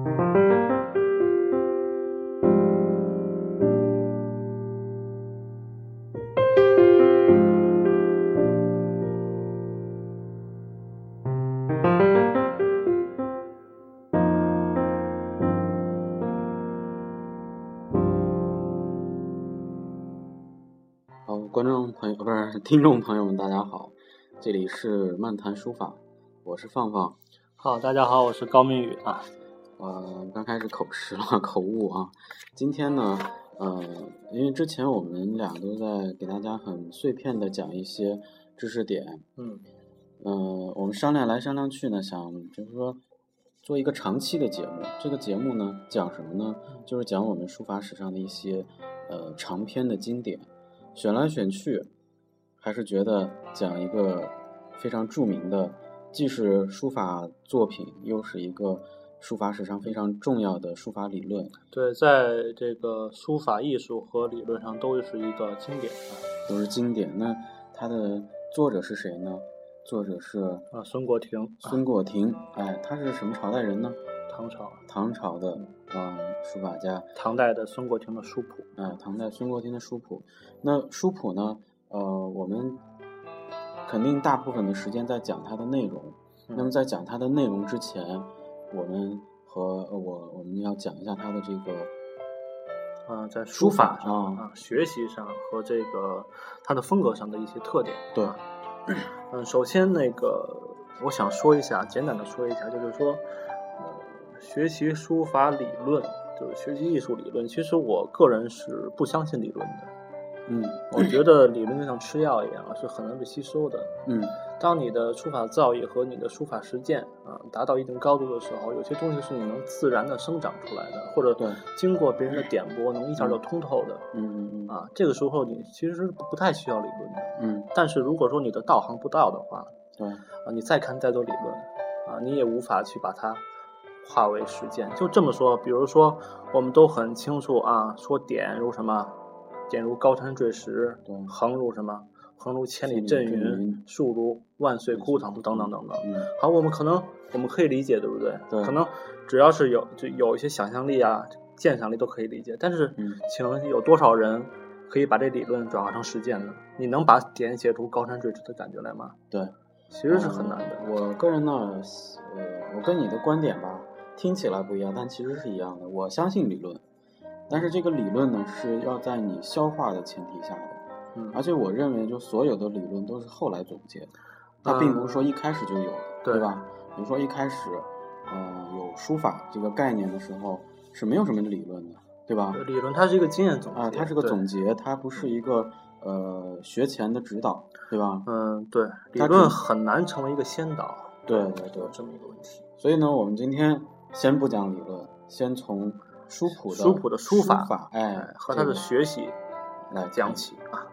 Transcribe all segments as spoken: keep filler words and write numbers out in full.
好，观众朋友不是听众朋友们，大家好，这里是漫谈书法，我是放放。 好，大家好，我是高明宇啊。 呃，刚开始口吃了，口误啊。今天呢，呃，因为之前我们俩都在给大家很碎片的讲一些知识点， 嗯， 呃，我们商量来商量去呢，想就是说做一个长期的节目。这个节目呢，讲什么呢？就是讲我们书法史上的一些呃长篇的经典。选来选去，还是觉得讲一个非常著名的，既是书法作品，又是一个书法史上非常重要的书法理论。 对，在这个书法艺术和理论上都是一个经典啊， 都是经典。那它的作者是谁呢？作者是啊，孙过庭。 孙过庭，哎，他是什么朝代人呢？ 唐朝。 唐朝的嗯书法家。 唐代的孙过庭的书谱。 哎，唐代孙过庭的书谱。那书谱呢？呃，我们肯定大部分的时间在讲它的内容。 嗯、 那么在讲它的内容之前，我们和呃我我们要讲一下它的这个， 啊，在书法上啊、 啊，学习上和这个它的风格上的一些特点。 对， 嗯，首先那个我想说一下，简短的说一下，就是说，呃，学习书法理论，就是学习艺术理论，其实我个人是不相信理论的。 嗯， 我觉得理论就像吃药一样，是很难被吸收的。 嗯， 当你的书法造诣和你的书法实践啊达到一定高度的时候，有些东西是你能自然的生长出来的，或者经过别人的点拨能一下就通透的。 嗯嗯嗯啊，这个时候你其实是不太需要理论的。 嗯， 但是如果说你的道行不到的话， 对啊，你再看再多理论啊，你也无法去把它化为实践。就这么说，比如说我们都很清楚啊，说点如什么。点如高山坠石，横如什么？横如千里阵云，竖如万岁枯藤，等等等等。 嗯， 好，我们可能我们可以理解，对不对？ 对。 可能只要是有就有一些想象力啊、鉴赏力都可以理解。但是， 嗯， 请问有多少人可以把这理论转化成实践呢？你能把点写出高山坠石的感觉来吗？ 对， 其实是很难的。 呃、我个人呢，呃，我跟你的观点吧，听起来不一样，但其实是一样的。我相信理论。但是这个理论呢，是要在你消化的前提下的， 嗯， 而且我认为，就所有的理论都是后来总结的，它并不是说一开始就有的， 嗯、 对吧？比如说一开始，呃，有书法这个概念的时候，是没有什么理论的，对吧？ 理论它是一个经验总结啊，它是个总结，它不是一个呃学前的指导，对吧？ 嗯，对，理论很难成为一个先导， 对对对， 这么一个问题。 所以呢，我们今天先不讲理论，先从书谱的书谱的书法， 法哎， 和他的学习来讲起啊。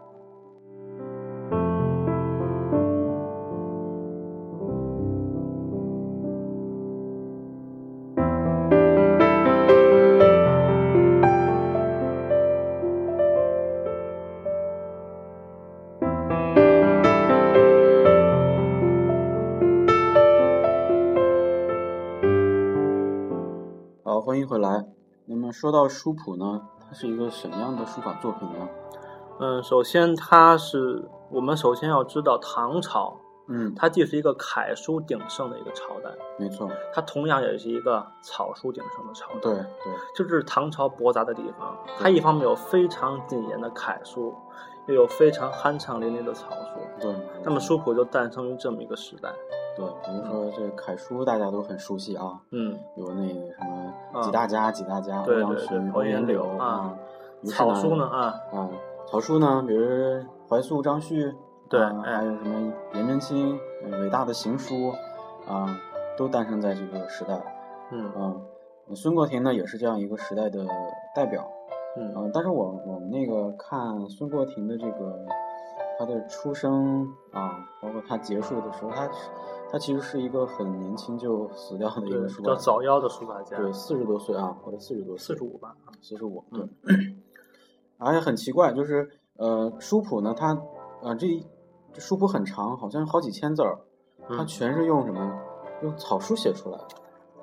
好，欢迎回来。那么说到书谱呢，它是一个什么样的书法作品呢？ 嗯，首先它是我们首先要知道唐朝， 嗯， 它既是一个楷书鼎盛的一个朝代， 没错， 它同样也是一个草书鼎盛的朝代。 对对， 这是唐朝博杂的地方。它一方面有非常谨严的楷书，又有非常酣畅淋漓的草书。 对， 那么书谱就诞生于这么一个时代。 对，比如说这楷书大家都很熟悉啊， 嗯， 有那个什么几大家、几大家，欧阳询、 欧颜柳啊。草书呢啊啊，草书呢，比如怀素、张旭， 对， 还有什么颜真卿伟大的行书啊，都诞生在这个时代。 嗯嗯，孙过庭呢也是这样一个时代的代表。 嗯， 但是我我们那个看孙过庭的这个他的出生啊，包括他结束的时候，他他其实是一个很年轻就死掉的一个书法家， 叫早夭的书法家， 对，四十多岁啊，或者四十多岁， 四十五吧， 四十五，对。嗯、而且很奇怪，就是呃，书谱呢，它呃这这书谱很长，好像好几千字儿，它全是用什么？用草书写出来的。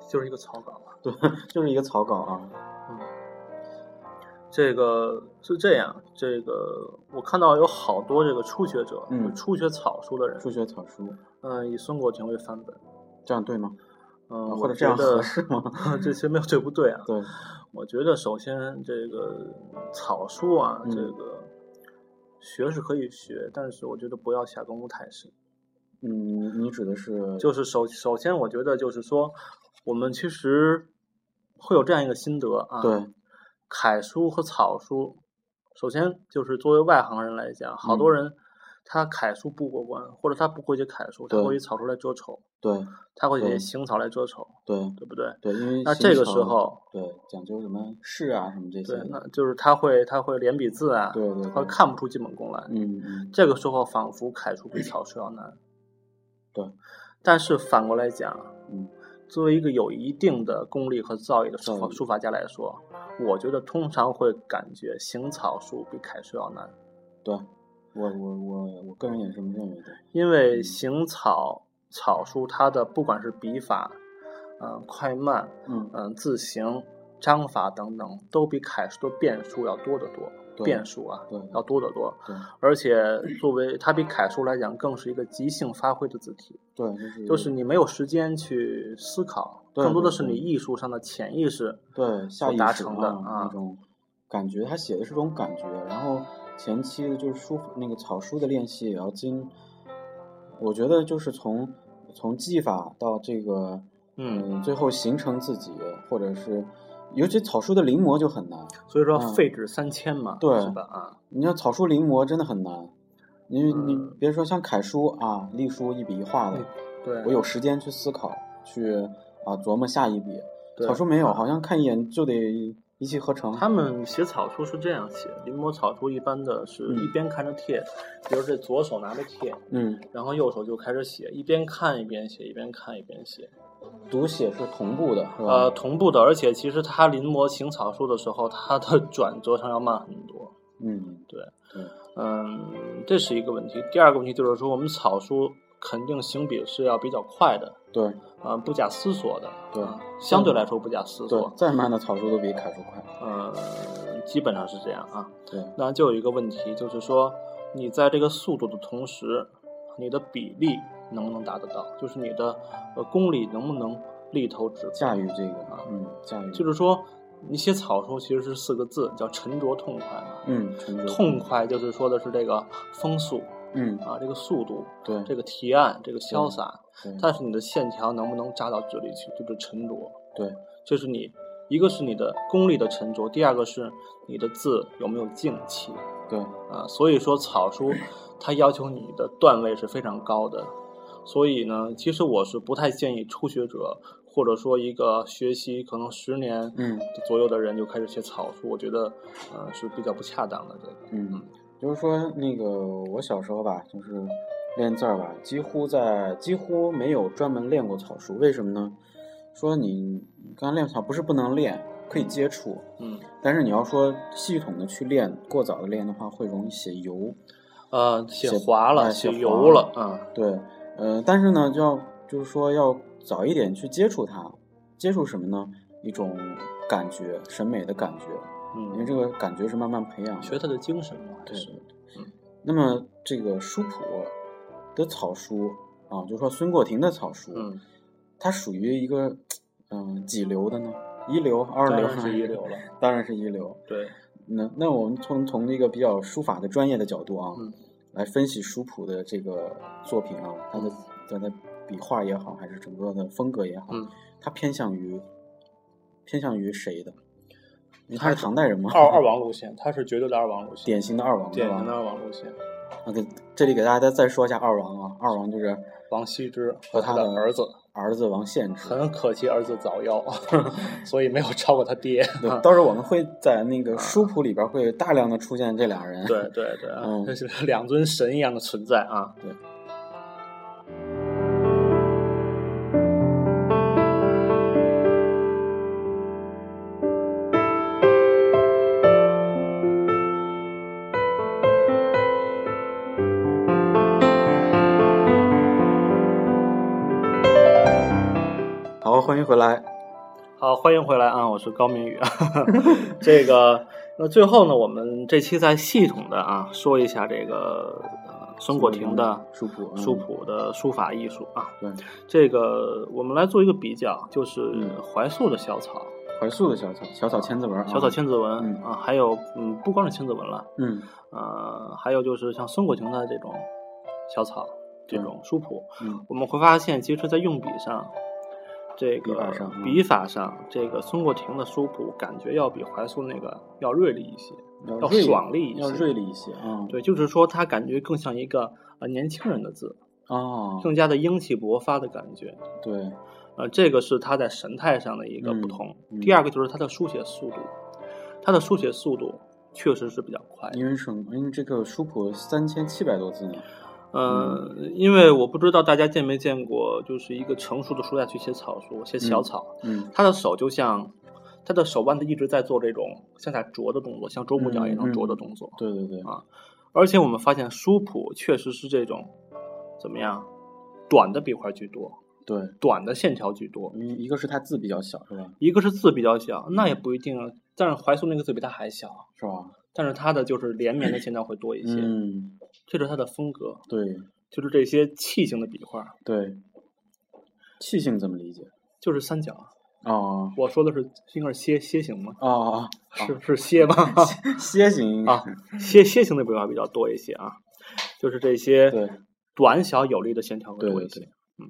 就是一个草稿啊。 对，就是一个草稿啊。 嗯，这个是这样，这个我看到有好多这个初学者， 嗯， 初学草书的人， 初学草书， 嗯，以孙国庭为范本， 这样对吗？ 嗯， 或者这样合适吗？ 这其实没有对不对啊？ 对， 我觉得首先这个草书啊， 嗯、 这个学是可以学，但是我觉得不要下功夫太深。 嗯，你指的是？ 就是首首先，我觉得就是说，我们其实会有这样一个心得啊。 对。 楷书和草书，首先就是作为外行人来讲，好多人他楷书不过关，或者他不会写楷书，他会以草书来遮丑。 对。 他会写行草来遮丑。 对。 对不对？ 对，因为那这个时候， 对讲究什么势啊什么这些。 对，那就是他会他会连笔字啊， 对对， 他看不出基本功来。 嗯嗯。 这个时候仿佛楷书比草书要难。 对。 但是反过来讲， 嗯， 作为一个有一定的功力和造诣的书法书法家来说，我觉得通常会感觉行草书比楷书要难。 对，我我我我个人也是这么认为的。 因为行草、嗯、草书它的不管是笔法、嗯、呃、快慢、 嗯嗯、呃、字形、章法等等，都比楷书的变数要多得多。变数啊， 对， 要多得多。 对， 而且作为它比楷书来讲，更是一个即兴发挥的字体。 对，就是、 就是你没有时间去思考，更多的是你艺术上的潜意识对所达成的啊那种感觉。他写的是种感觉，然后前期的就是书那个草书的练习也要精。我觉得就是从从技法到这个嗯、呃，最后形成自己，或者是。尤其草书的临摹就很难， 所以说废纸三千嘛， 嗯、对， 是吧？啊， 你要草书临摹真的很难，因为你嗯、 别说像楷书啊，隶书一笔一画的， 对， 我有时间去思考，去啊琢磨下一笔。草书没有， 啊、 好像看一眼就得一气呵成。 他们写草书是这样写，临摹草书一般的是一边看着帖，嗯、比如这左手拿着帖， 嗯， 然后右手就开始写，一边看一边写，一边看一边写。 读写是同步的，是吧？ 呃，同步的，而且其实他临摹行草书的时候，他的转折上要慢很多。 嗯， 对， 对， 嗯，这是一个问题。第二个问题就是说，我们草书肯定行笔是要比较快的， 对， 啊、呃，不假思索的， 对， 啊、相对来说不假思索。 对，再慢的草书都比楷书快。 嗯、呃，基本上是这样啊。 对， 那就有一个问题，就是说，你在这个速度的同时，你的比例能不能达得到？就是你的呃功力能不能力头指驾驭这个啊？嗯，驾驭。 就是说，你写草书其实是四个字，叫沉着痛快嘛。 嗯，沉着痛快就是说的是这个风速， 嗯啊，这个速度， 对， 这个提案，这个潇洒。 对。 但是你的线条能不能扎到纸里去，就是沉着。 对， 这是你一个是你的功力的沉着，第二个是你的字有没有静气。 对啊，所以说草书它要求你的段位是非常高的，所以呢，其实我是不太建议初学者或者说一个学习可能十年嗯左右的人就开始写草书，我觉得呃是比较不恰当的这个。 嗯，就是说那个我小时候吧，就是练字儿吧，几乎在几乎没有专门练过草书。为什么呢？说你刚练草不是不能练，可以接触， 嗯， 但是你要说系统的去练，过早的练的话，会容易写油， 呃，写滑了， 写油了，嗯， 对，呃，但是呢，就要就是说要早一点去接触它，接触什么呢？一种感觉，审美的感觉， 嗯， 因为这个感觉是慢慢培养的， 学它的精神嘛， 对， 嗯。 那么这个书谱的草书啊，就是说孙过庭的草书， 嗯， 它属于一个嗯、呃、几流的呢？一流、二流？ 当然是一流了， 当然是一流。 对， 那那我们从从这个比较书法的专业的角度啊， 嗯， 来分析书谱的这个作品啊，它的它的笔画也好，还是整个的风格也好， 嗯， 它偏向于偏向于谁的？他是唐代人吗？ 二二王路线，他是绝对的二王路线， 典型的二王， 典型的二王路线。 啊，给这里给大家再说一下二王啊，二王就是王羲之和他的儿子， 儿子王献之。 很可惜儿子早夭，所以没有超过他爹。 对，到时候我们会在那个书谱里边会大量的出现这俩人。 对对对， 嗯， 这是两尊神一样的存在啊。 对。好，欢迎回来。 好，欢迎回来啊，我是高明宇啊。这个，那最后呢，我们这期再系统的啊说一下这个呃孙果庭的书谱，嗯、 书谱的书法艺术啊。 对， 这个我们来做一个比较，就是怀素的小草， 怀素的小草，小草千字文， 小草千字文、 嗯、 啊，还有嗯，不光是千字文了， 嗯， 呃，还有就是像孙果庭的这种小草这种书谱， 嗯， 我们会发现，其实在用笔上。这个笔法上， 嗯、笔法上，这个孙果庭的书谱感觉要比怀素那个要锐利一些， 要, 要爽利一些， 要锐利一些。 嗯，对，就是说它感觉更像一个呃年轻人的字， 哦， 更加的英气勃发的感觉。 对， 呃，这个是它在神态上的一个不同。 嗯嗯、 第二个就是它的书写速度，它的书写速度确实是比较快的， 因为省，因为这个书谱三千七百多字呢。 嗯、呃，因为我不知道大家见没见过，就是一个成熟的书家去写草书，写小草， 嗯， 他的手就像，他的手腕子一直在做这种像在啄的动作，像啄木鸟一样啄的动作。 嗯嗯、对对对啊，而且我们发现书谱确实是这种，怎么样，短的笔画居多， 对， 短的线条居多。 嗯，一个是它字比较小，是吧？ 一个是字比较小，那也不一定啊。但是怀素那个字比它还小， 是吧？ 但是它的就是连绵的线条会多一些。 嗯。 这是它的风格， 对， 就是这些气性的笔画。 对，气性怎么理解？ 就是三角。 哦， 我说的是应该是楔楔形吗？ 哦哦， 是是楔吗？ 楔形啊，楔楔形的笔画比较多一些啊，就是这些对短小有力的线条会多一些。 对对嗯。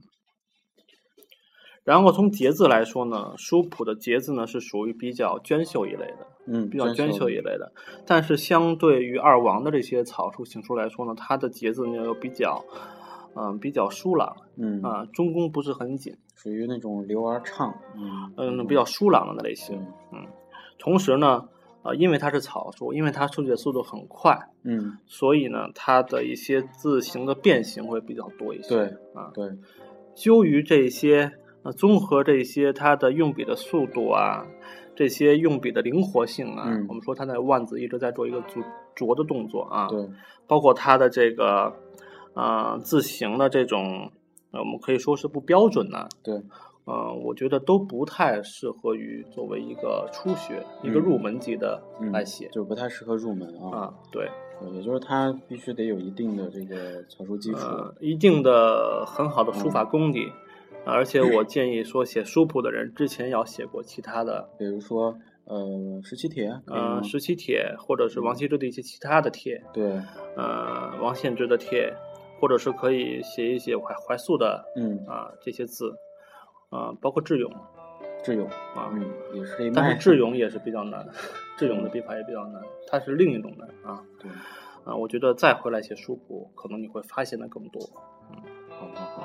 然后从节字来说呢，书谱的节字呢是属于比较娟秀一类的， 嗯， 比较娟秀一类的。但是相对于二王的这些草书行书来说呢，它的节字呢又比较，嗯、呃，比较疏朗， 嗯啊，中宫不是很紧， 属于那种流而畅， 嗯嗯，比较疏朗的类型，嗯。同时呢，呃，因为它是草书，因为它书写速度很快， 嗯， 所以呢，它的一些字形的变形会比较多一些。 对啊， 对， 究于这些。呃，综合这些它的用笔的速度啊，这些用笔的灵活性啊， 嗯、 我们说它的腕子一直在做一个琢琢的动作啊， 对， 包括它的这个呃字形的这种，呃，我们可以说是不标准呢、啊， 对， 呃，我觉得都不太适合于作为一个初学、嗯、一个入门级的来写， 嗯、就不太适合入门啊， 啊，对。 也就是它必须得有一定的这个草书基础， 呃，一定的很好的书法功底。嗯，而且我建议说，写书谱的人之前要写过其他的， 比如说呃十七帖， 呃十七帖，或者是王羲之的一些其他的帖， 对， 呃王献之的帖，或者是可以写一写怀怀素的， 嗯啊、呃、这些字，啊、呃、包括智勇， 智勇啊， 嗯也是， 但是智勇也是比较难，智勇的笔法也比较难，它是另一种难啊， 对， 啊、呃、我觉得再回来写书谱，可能你会发现的更多，嗯， 好好好。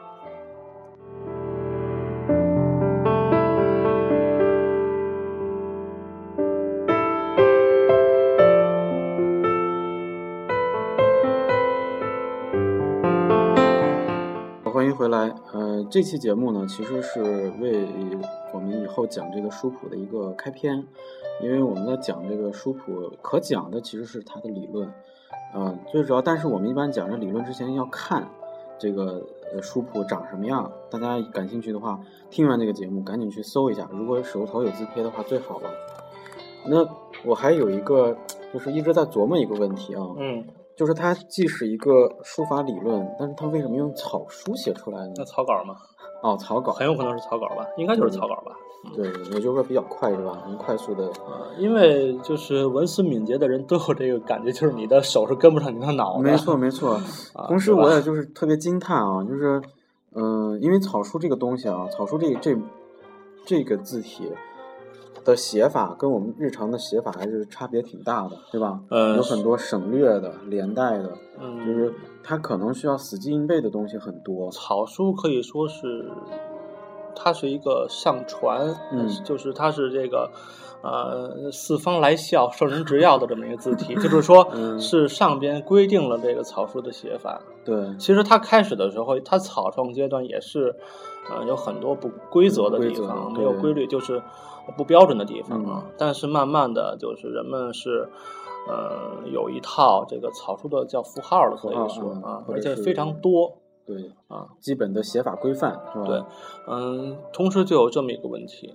欢迎回来，呃，这期节目呢，其实是为我们以后讲这个书谱的一个开篇，因为我们在讲这个书谱，可讲的其实是它的理论，嗯、呃，最主要，但是我们一般讲这理论之前要看这个呃书谱长什么样，大家感兴趣的话，听完这个节目赶紧去搜一下，如果手头有字帖的话最好了。那我还有一个就是一直在琢磨一个问题啊， 嗯。 就是它既是一个书法理论，但是它为什么用草书写出来呢？ 那草稿吗？ 哦，草稿很有可能是草稿吧，应该就是草稿吧。 对，嗯、也就是说比较快是吧？能快速的。 呃，因为就是文思敏捷的人都有这个感觉，就是你的手是跟不上你的脑的。 没错没错。 啊、 同时我也就是特别惊叹啊，就是，嗯、呃，因为草书这个东西啊，草书这这这个字体的写法跟我们日常的写法还是差别挺大的，对吧？ 呃， 有很多省略的、连带的， 嗯， 就是它可能需要死记硬背的东西很多。 草书可以说是，它是一个上传， 嗯， 就是它是这个，呃，四方来效、圣人执要的这么一个字体，就是说， 嗯、 是上边规定了这个草书的写法。 对， 其实它开始的时候，它草创阶段也是，呃，有很多不规则的地方，没有规律，就是不标准的地方啊。 嗯、 但是慢慢的就是人们是，呃，有一套这个草书的叫符号的可以说啊，而且非常多。 对啊， 基本的写法规范是吧？ 对，嗯，同时就有这么一个问题，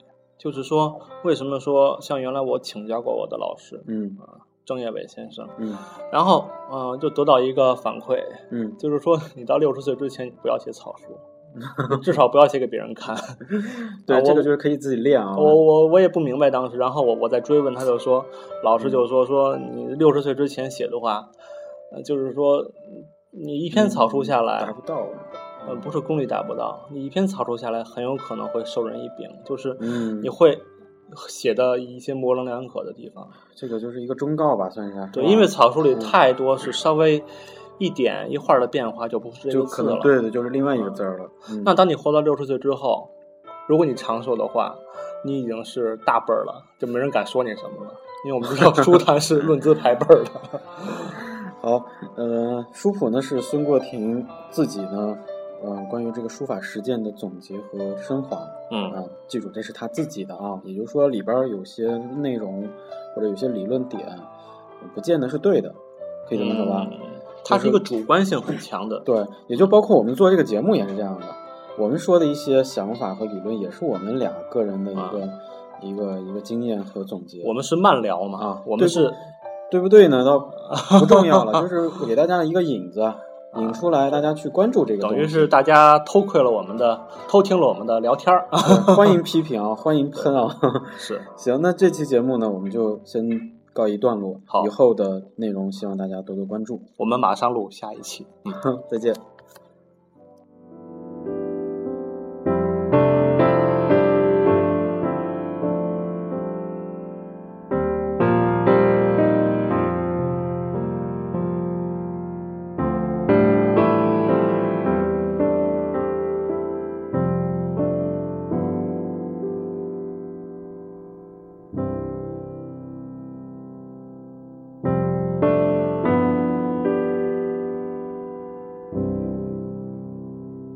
就是说为什么说像原来我请教过我的老师， 嗯啊，郑业伟先生， 嗯， 然后嗯、呃、就得到一个反馈， 嗯， 就是说你到六十岁之前你不要写草书。至少不要写给别人看。 对、 啊， 这个就是可以自己练啊。 我我我也不明白当时，然后我我在追问，他就说，老师就说说你六十岁之前写的话，呃，就是说你一篇草书下来、 嗯、达不到， 呃，不是功力达不到，你一篇草书下来很有可能会授人以柄，就是你嗯会写的一些模棱两可的地方。 这个就是一个忠告吧，算是。 对，因为草书里太多是稍微。一点一画的变化就不是这个字了， 对的，就是另外一个字了。嗯、 那当你活到六十岁之后，如果你长寿的话，你已经是大辈儿了，就没人敢说你什么了，因为我们知道书坛是论资排辈儿的。 好，呃，书谱呢是孙过庭自己呢，呃，关于这个书法实践的总结和升华。 嗯啊、呃，记住这是他自己的啊，也就是说里边有些内容或者有些理论点，不见得是对的，可以这么说吧？ 嗯，它是一个主观性很强的， 对，也就包括我们做这个节目也是这样的。我们说的一些想法和理论，也是我们俩个人的一个、啊、一个一个经验和总结。 我们是慢聊嘛， 啊， 我们是， 对不对呢？倒不重要了，就是给大家一个引子，引出来，大家去关注这个东西。 等于是大家偷窥了我们的，偷听了我们的聊天儿。 欢迎批评啊，欢迎喷啊。 是， 行，那这期节目呢，我们就先告一段落， 好， 以后的内容希望大家多多关注。 我们马上录下一期， 嗯，再见。